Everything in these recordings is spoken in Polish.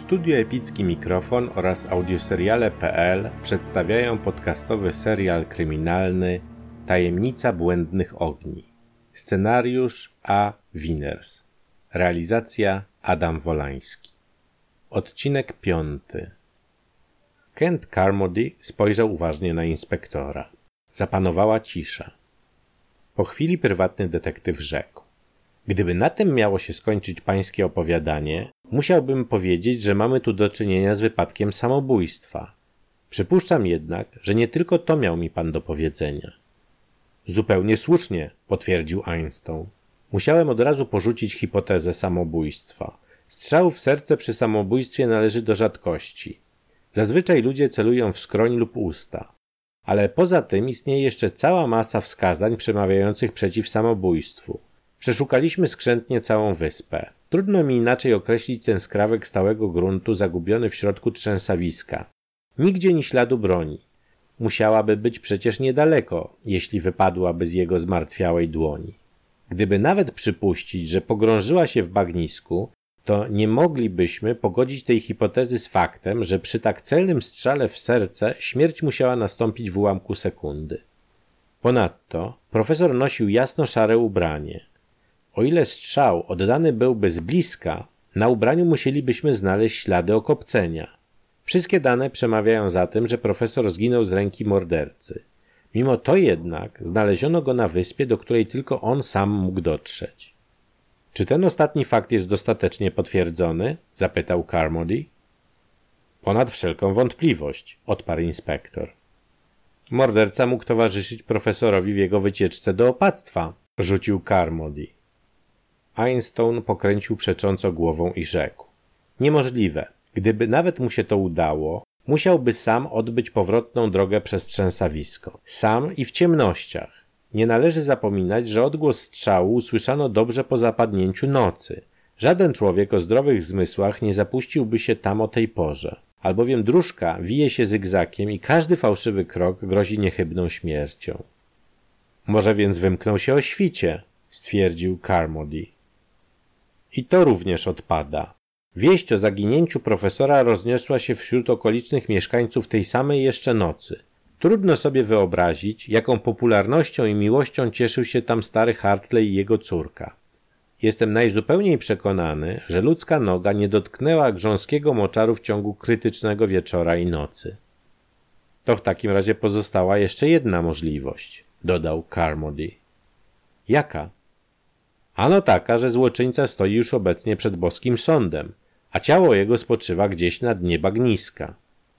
Studio Epicki Mikrofon oraz audioseriale.pl przedstawiają podcastowy serial kryminalny Tajemnica Błędnych Ogni. Scenariusz A. Winners. Realizacja Adam Wolański. Odcinek 5. Kent Carmody spojrzał uważnie na inspektora. Zapanowała cisza. Po chwili prywatny detektyw rzekł: gdyby na tym miało się skończyć pańskie opowiadanie, musiałbym powiedzieć, że mamy tu do czynienia z wypadkiem samobójstwa. Przypuszczam jednak, że nie tylko to miał mi pan do powiedzenia. Zupełnie słusznie, potwierdził Einstein. Musiałem od razu porzucić hipotezę samobójstwa. Strzał w serce przy samobójstwie należy do rzadkości. Zazwyczaj ludzie celują w skroń lub usta. Ale poza tym istnieje jeszcze cała masa wskazań przemawiających przeciw samobójstwu. Przeszukaliśmy skrzętnie całą wyspę. Trudno mi inaczej określić ten skrawek stałego gruntu zagubiony w środku trzęsawiska. Nigdzie ni śladu broni. Musiałaby być przecież niedaleko, jeśli wypadłaby z jego zmartwiałej dłoni. Gdyby nawet przypuścić, że pogrążyła się w bagnisku, to nie moglibyśmy pogodzić tej hipotezy z faktem, że przy tak celnym strzale w serce śmierć musiała nastąpić w ułamku sekundy. Ponadto profesor nosił jasno-szare ubranie. O ile strzał oddany byłby z bliska, na ubraniu musielibyśmy znaleźć ślady okopcenia. Wszystkie dane przemawiają za tym, że profesor zginął z ręki mordercy. Mimo to jednak znaleziono go na wyspie, do której tylko on sam mógł dotrzeć. Czy ten ostatni fakt jest dostatecznie potwierdzony? Zapytał Carmody. Ponad wszelką wątpliwość, odparł inspektor. Morderca mógł towarzyszyć profesorowi w jego wycieczce do opactwa, rzucił Carmody. Einstein pokręcił przecząco głową i rzekł: niemożliwe. Gdyby nawet mu się to udało, musiałby sam odbyć powrotną drogę przez trzęsawisko. Sam i w ciemnościach. Nie należy zapominać, że odgłos strzału usłyszano dobrze po zapadnięciu nocy. Żaden człowiek o zdrowych zmysłach nie zapuściłby się tam o tej porze, albowiem dróżka wije się zygzakiem i każdy fałszywy krok grozi niechybną śmiercią. Może więc wymknął się o świcie, stwierdził Carmody. I to również odpada. Wieść o zaginięciu profesora rozniosła się wśród okolicznych mieszkańców tej samej jeszcze nocy. Trudno sobie wyobrazić, jaką popularnością i miłością cieszył się tam stary Hartley i jego córka. Jestem najzupełniej przekonany, że ludzka noga nie dotknęła grząskiego moczaru w ciągu krytycznego wieczora i nocy. To w takim razie pozostała jeszcze jedna możliwość, dodał Carmody. Jaka? Ano taka, że złoczyńca stoi już obecnie przed boskim sądem, a ciało jego spoczywa gdzieś na dnie bagniska.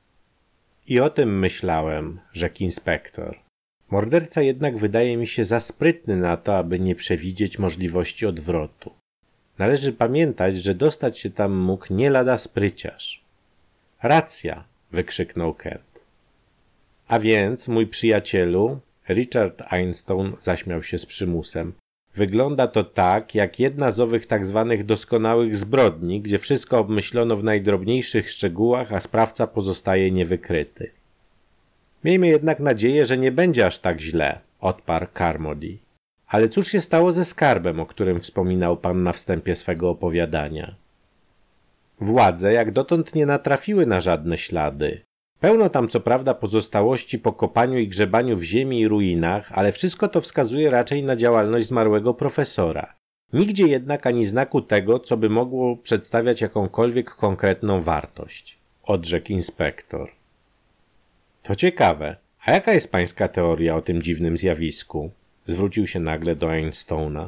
I o tym myślałem, rzekł inspektor. Morderca jednak wydaje mi się za sprytny na to, aby nie przewidzieć możliwości odwrotu. Należy pamiętać, że dostać się tam mógł nie lada spryciarz. Racja, wykrzyknął Kent. A więc, mój przyjacielu, Richard Einstein zaśmiał się z przymusem, wygląda to tak, jak jedna z owych tak zwanych doskonałych zbrodni, gdzie wszystko obmyślono w najdrobniejszych szczegółach, a sprawca pozostaje niewykryty. Miejmy jednak nadzieję, że nie będzie aż tak źle, odparł Carmody. Ale cóż się stało ze skarbem, o którym wspominał pan na wstępie swego opowiadania? Władze jak dotąd nie natrafiły na żadne ślady. Pełno tam co prawda pozostałości po kopaniu i grzebaniu w ziemi i ruinach, ale wszystko to wskazuje raczej na działalność zmarłego profesora. Nigdzie jednak ani znaku tego, co by mogło przedstawiać jakąkolwiek konkretną wartość, odrzekł inspektor. To ciekawe. A jaka jest pańska teoria o tym dziwnym zjawisku? Zwrócił się nagle do Einsteina.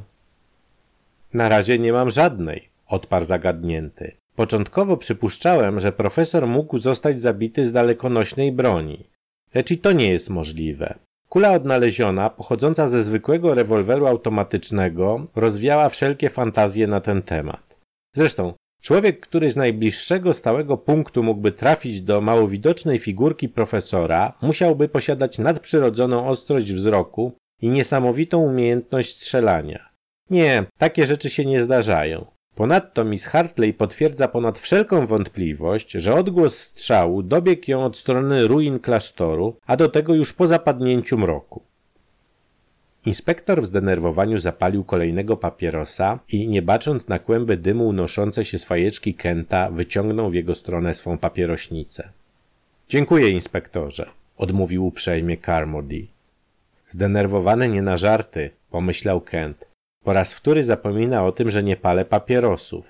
Na razie nie mam żadnej, odparł zagadnięty. Początkowo przypuszczałem, że profesor mógł zostać zabity z dalekonośnej broni. Lecz i to nie jest możliwe. Kula odnaleziona, pochodząca ze zwykłego rewolweru automatycznego, rozwiała wszelkie fantazje na ten temat. Zresztą, człowiek, który z najbliższego stałego punktu mógłby trafić do małowidocznej figurki profesora, musiałby posiadać nadprzyrodzoną ostrość wzroku i niesamowitą umiejętność strzelania. Nie, takie rzeczy się nie zdarzają. Ponadto Miss Hartley potwierdza ponad wszelką wątpliwość, że odgłos strzału dobiegł ją od strony ruin klasztoru, a do tego już po zapadnięciu mroku. Inspektor w zdenerwowaniu zapalił kolejnego papierosa i, nie bacząc na kłęby dymu unoszące się z fajeczki Kenta, wyciągnął w jego stronę swą papierośnicę. Dziękuję, inspektorze, odmówił uprzejmie Carmody. Zdenerwowany nie na żarty, pomyślał Kent. Po raz wtóry zapomina o tym, że nie palę papierosów.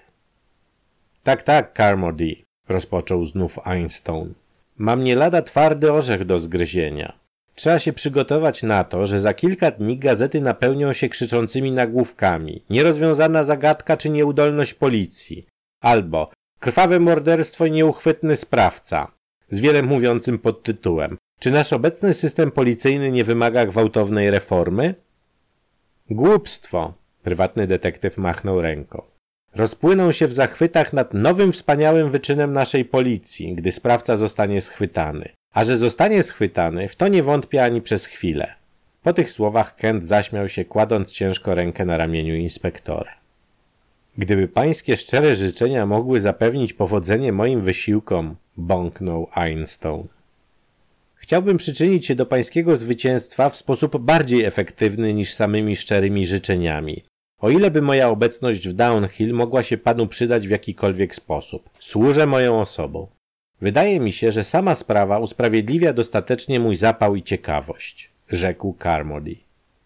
Tak, Carmody, rozpoczął znów Einstein. Mam nie lada twardy orzech do zgryzienia. Trzeba się przygotować na to, że za kilka dni gazety napełnią się krzyczącymi nagłówkami. Nierozwiązana zagadka czy nieudolność policji. Albo krwawe morderstwo i nieuchwytny sprawca. Z wiele mówiącym podtytułem. Czy nasz obecny system policyjny nie wymaga gwałtownej reformy? Głupstwo, prywatny detektyw machnął ręką. Rozpłyną się w zachwytach nad nowym wspaniałym wyczynem naszej policji, gdy sprawca zostanie schwytany. A że zostanie schwytany, w to nie wątpię ani przez chwilę. Po tych słowach Kent zaśmiał się, kładąc ciężko rękę na ramieniu inspektora. Gdyby pańskie szczere życzenia mogły zapewnić powodzenie moim wysiłkom, bąknął Einstein. Chciałbym przyczynić się do pańskiego zwycięstwa w sposób bardziej efektywny niż samymi szczerymi życzeniami. O ile by moja obecność w Downhill mogła się panu przydać w jakikolwiek sposób. Służę moją osobą. Wydaje mi się, że sama sprawa usprawiedliwia dostatecznie mój zapał i ciekawość, rzekł Carmody.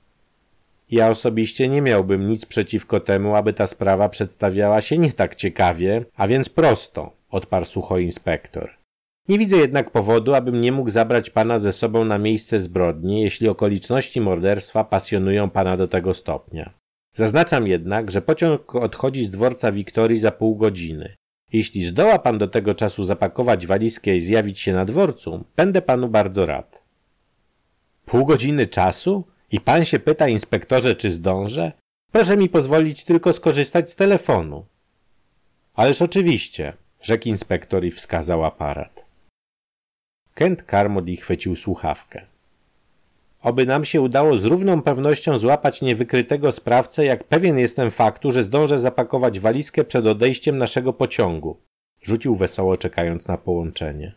Ja osobiście nie miałbym nic przeciwko temu, aby ta sprawa przedstawiała się nie tak ciekawie, a więc prosto, odparł sucho inspektor. Nie widzę jednak powodu, abym nie mógł zabrać pana ze sobą na miejsce zbrodni, jeśli okoliczności morderstwa pasjonują pana do tego stopnia. Zaznaczam jednak, że pociąg odchodzi z dworca Wiktorii za pół godziny. Jeśli zdoła pan do tego czasu zapakować walizkę i zjawić się na dworcu, będę panu bardzo rad. Pół godziny czasu? I pan się pyta, inspektorze, czy zdążę? Proszę mi pozwolić tylko skorzystać z telefonu. Ależ oczywiście, rzekł inspektor i wskazał aparat. Kent Carmody chwycił słuchawkę. Oby nam się udało z równą pewnością złapać niewykrytego sprawcę, jak pewien jestem faktu, że zdążę zapakować walizkę przed odejściem naszego pociągu. Rzucił wesoło, czekając na połączenie.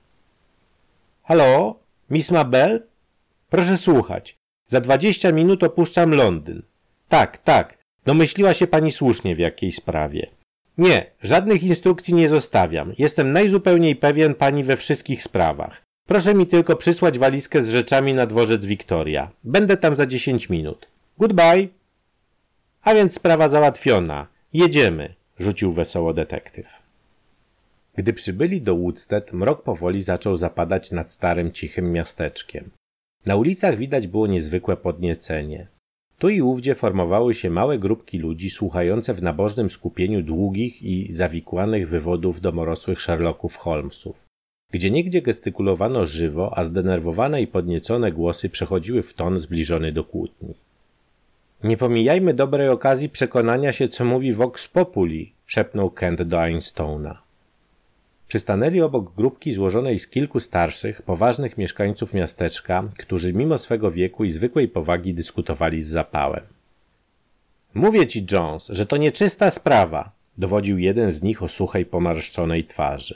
Halo? Miss Mabel? Proszę słuchać. Za 20 minut opuszczam Londyn. Tak. Domyśliła się pani słusznie w jakiej sprawie. Nie, żadnych instrukcji nie zostawiam. Jestem najzupełniej pewien pani we wszystkich sprawach. Proszę mi tylko przysłać walizkę z rzeczami na dworzec Wiktoria. Będę tam za 10 minut. Goodbye. A więc sprawa załatwiona. Jedziemy, rzucił wesoło detektyw. Gdy przybyli do Woodstead, mrok powoli zaczął zapadać nad starym, cichym miasteczkiem. Na ulicach widać było niezwykłe podniecenie. Tu i ówdzie formowały się małe grupki ludzi słuchające w nabożnym skupieniu długich i zawikłanych wywodów domorosłych Sherlocków Holmesów. Gdzieniegdzie gestykulowano żywo, a zdenerwowane i podniecone głosy przechodziły w ton zbliżony do kłótni. Nie pomijajmy dobrej okazji przekonania się, co mówi Vox Populi, szepnął Kent do Einsteina. Przystanęli obok grupki złożonej z kilku starszych, poważnych mieszkańców miasteczka, którzy mimo swego wieku i zwykłej powagi dyskutowali z zapałem. Mówię ci, Jones, że to nieczysta sprawa, dowodził jeden z nich o suchej, pomarszczonej twarzy.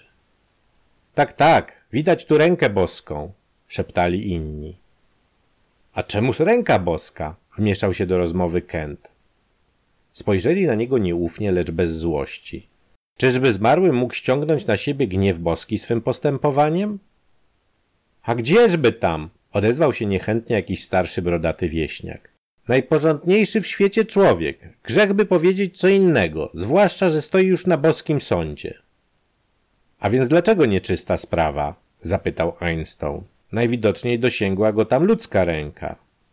Tak, widać tu rękę boską, szeptali inni. A czemuż ręka boska? Wmieszał się do rozmowy Kent. Spojrzeli na niego nieufnie, lecz bez złości. Czyżby zmarły mógł ściągnąć na siebie gniew boski swym postępowaniem? A gdzieżby tam? Odezwał się niechętnie jakiś starszy brodaty wieśniak. Najporządniejszy w świecie człowiek. Grzech by powiedzieć co innego, zwłaszcza, że stoi już na boskim sądzie. A więc dlaczego nieczysta sprawa? Zapytał Einstein. Najwidoczniej dosięgła go tam ludzka ręka.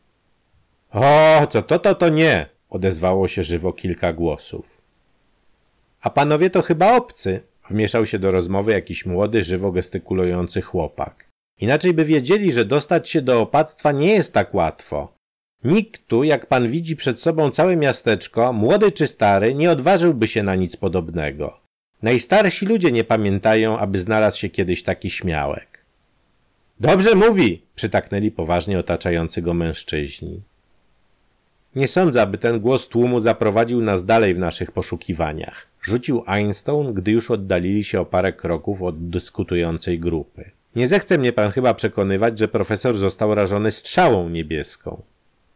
O, co to nie! Odezwało się żywo kilka głosów. A panowie to chyba obcy, wmieszał się do rozmowy jakiś młody, żywo gestykulujący chłopak. Inaczej by wiedzieli, że dostać się do opactwa nie jest tak łatwo. Nikt tu, jak pan widzi przed sobą całe miasteczko, młody czy stary, nie odważyłby się na nic podobnego. Najstarsi ludzie nie pamiętają, aby znalazł się kiedyś taki śmiałek. Dobrze mówi, przytaknęli poważnie otaczający go mężczyźni. Nie sądzę, aby ten głos tłumu zaprowadził nas dalej w naszych poszukiwaniach, rzucił Einstein, gdy już oddalili się o parę kroków od dyskutującej grupy. Nie zechce mnie pan chyba przekonywać, że profesor został rażony strzałą niebieską.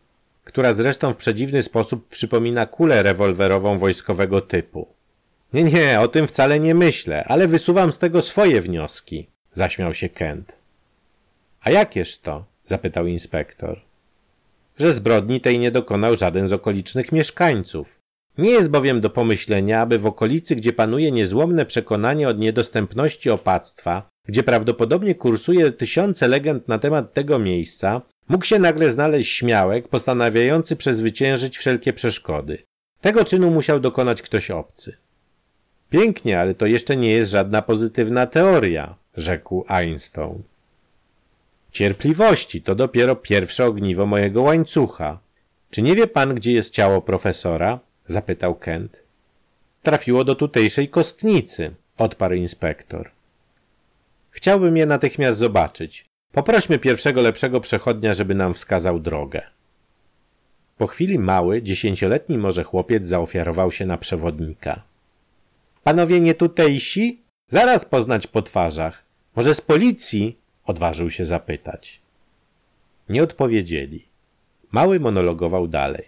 która zresztą w przedziwny sposób przypomina kulę rewolwerową wojskowego typu. Nie, o tym wcale nie myślę, ale wysuwam z tego swoje wnioski, zaśmiał się Kent. A jakież to? Zapytał inspektor. Że zbrodni tej nie dokonał żaden z okolicznych mieszkańców. Nie jest bowiem do pomyślenia, aby w okolicy, gdzie panuje niezłomne przekonanie od niedostępności opactwa, gdzie prawdopodobnie kursuje tysiące legend na temat tego miejsca, mógł się nagle znaleźć śmiałek postanawiający przezwyciężyć wszelkie przeszkody. Tego czynu musiał dokonać ktoś obcy. Pięknie, ale to jeszcze nie jest żadna pozytywna teoria, rzekł Einstein. Cierpliwości, to dopiero pierwsze ogniwo mojego łańcucha. Czy nie wie pan, gdzie jest ciało profesora? Zapytał Kent. Trafiło do tutejszej kostnicy, odparł inspektor. Chciałbym je natychmiast zobaczyć. Poprośmy pierwszego lepszego przechodnia, żeby nam wskazał drogę. Po chwili mały, 10-letni może chłopiec zaofiarował się na przewodnika. Panowie nie tutejsi? Zaraz poznać po twarzach. Może z policji? Odważył się zapytać. Nie odpowiedzieli. Mały monologował dalej.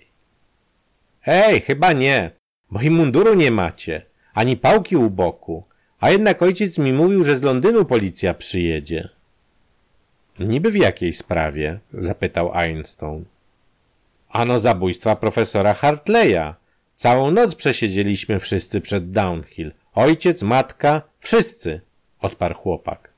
Ej, chyba nie, bo i munduru nie macie, ani pałki u boku, a jednak ojciec mi mówił, że z Londynu policja przyjedzie. Niby w jakiej sprawie? Zapytał Einstein. Ano zabójstwa profesora Hartleya. Całą noc przesiedzieliśmy wszyscy przed Downhill. Ojciec, matka, wszyscy, odparł chłopak.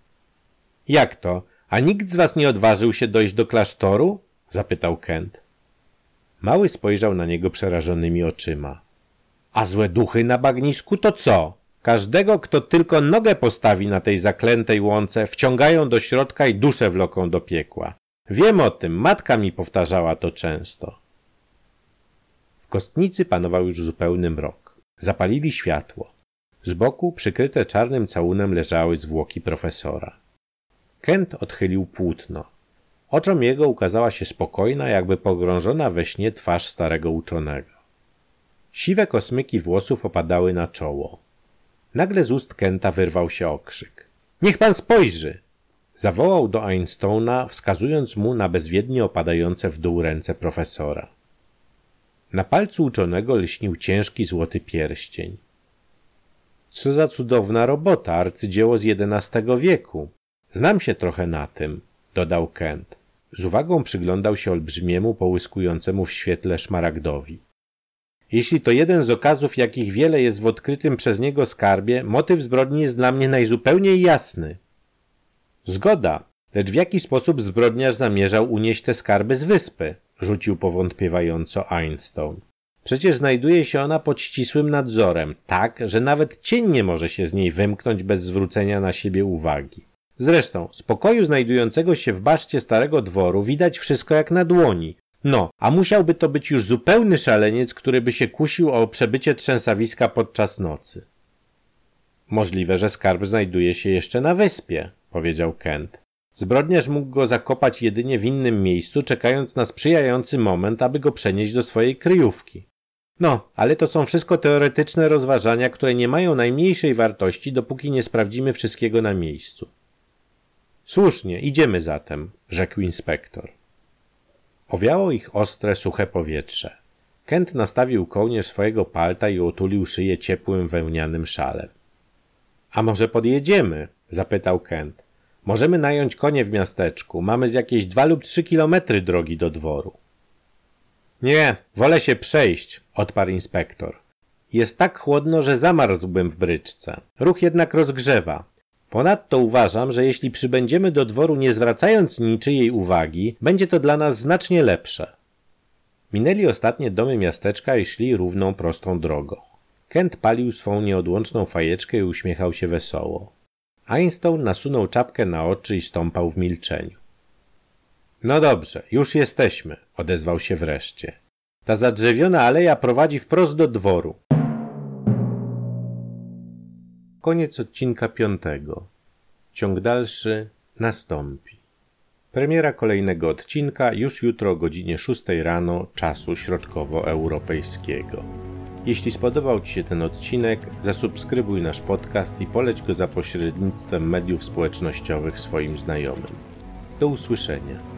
Jak to? A nikt z was nie odważył się dojść do klasztoru? Zapytał Kent. Mały spojrzał na niego przerażonymi oczyma. A złe duchy na bagnisku to co? Każdego, kto tylko nogę postawi na tej zaklętej łące, wciągają do środka i duszę wloką do piekła. Wiem o tym, matka mi powtarzała to często. W kostnicy panował już zupełny mrok. Zapalili światło. Z boku, przykryte czarnym całunem, leżały zwłoki profesora. Kent odchylił płótno. Oczom jego ukazała się spokojna, jakby pogrążona we śnie twarz starego uczonego. Siwe kosmyki włosów opadały na czoło. Nagle z ust Kenta wyrwał się okrzyk. Niech pan spojrzy! Zawołał do Einsteina, wskazując mu na bezwiednie opadające w dół ręce profesora. Na palcu uczonego lśnił ciężki złoty pierścień. Co za cudowna robota, arcydzieło z XI wieku. Znam się trochę na tym, dodał Kent. Z uwagą przyglądał się olbrzymiemu, połyskującemu w świetle szmaragdowi. Jeśli to jeden z okazów, jakich wiele jest w odkrytym przez niego skarbie, motyw zbrodni jest dla mnie najzupełniej jasny. Zgoda, lecz w jaki sposób zbrodniarz zamierzał unieść te skarby z wyspy? Rzucił powątpiewająco Einstein. Przecież znajduje się ona pod ścisłym nadzorem, tak, że nawet cień nie może się z niej wymknąć bez zwrócenia na siebie uwagi. Zresztą, z pokoju znajdującego się w baszcie starego dworu widać wszystko jak na dłoni. No, a musiałby to być już zupełny szaleniec, który by się kusił o przebycie trzęsawiska podczas nocy. Możliwe, że skarb znajduje się jeszcze na wyspie, powiedział Kent. Zbrodniarz mógł go zakopać jedynie w innym miejscu, czekając na sprzyjający moment, aby go przenieść do swojej kryjówki. No, ale to są wszystko teoretyczne rozważania, które nie mają najmniejszej wartości, dopóki nie sprawdzimy wszystkiego na miejscu. Słusznie, idziemy zatem, rzekł inspektor. Owiało ich ostre, suche powietrze. Kent nastawił kołnierz swojego palta i otulił szyję ciepłym wełnianym szalem. A może podjedziemy? Zapytał Kent. Możemy nająć konie w miasteczku. Mamy z jakieś 2 lub 3 kilometry drogi do dworu. Nie, wolę się przejść, odparł inspektor. Jest tak chłodno, że zamarzłbym w bryczce. Ruch jednak rozgrzewa. Ponadto uważam, że jeśli przybędziemy do dworu nie zwracając niczyjej uwagi, będzie to dla nas znacznie lepsze. Minęli ostatnie domy miasteczka i szli równą, prostą drogą. Kent palił swą nieodłączną fajeczkę i uśmiechał się wesoło. Einstein nasunął czapkę na oczy i stąpał w milczeniu. No dobrze, już jesteśmy, odezwał się wreszcie. Ta zadrzewiona aleja prowadzi wprost do dworu. Koniec odcinka 5. Ciąg dalszy nastąpi. Premiera kolejnego odcinka już jutro o godzinie 6 rano czasu środkowoeuropejskiego. Jeśli spodobał Ci się ten odcinek, zasubskrybuj nasz podcast i poleć go za pośrednictwem mediów społecznościowych swoim znajomym. Do usłyszenia.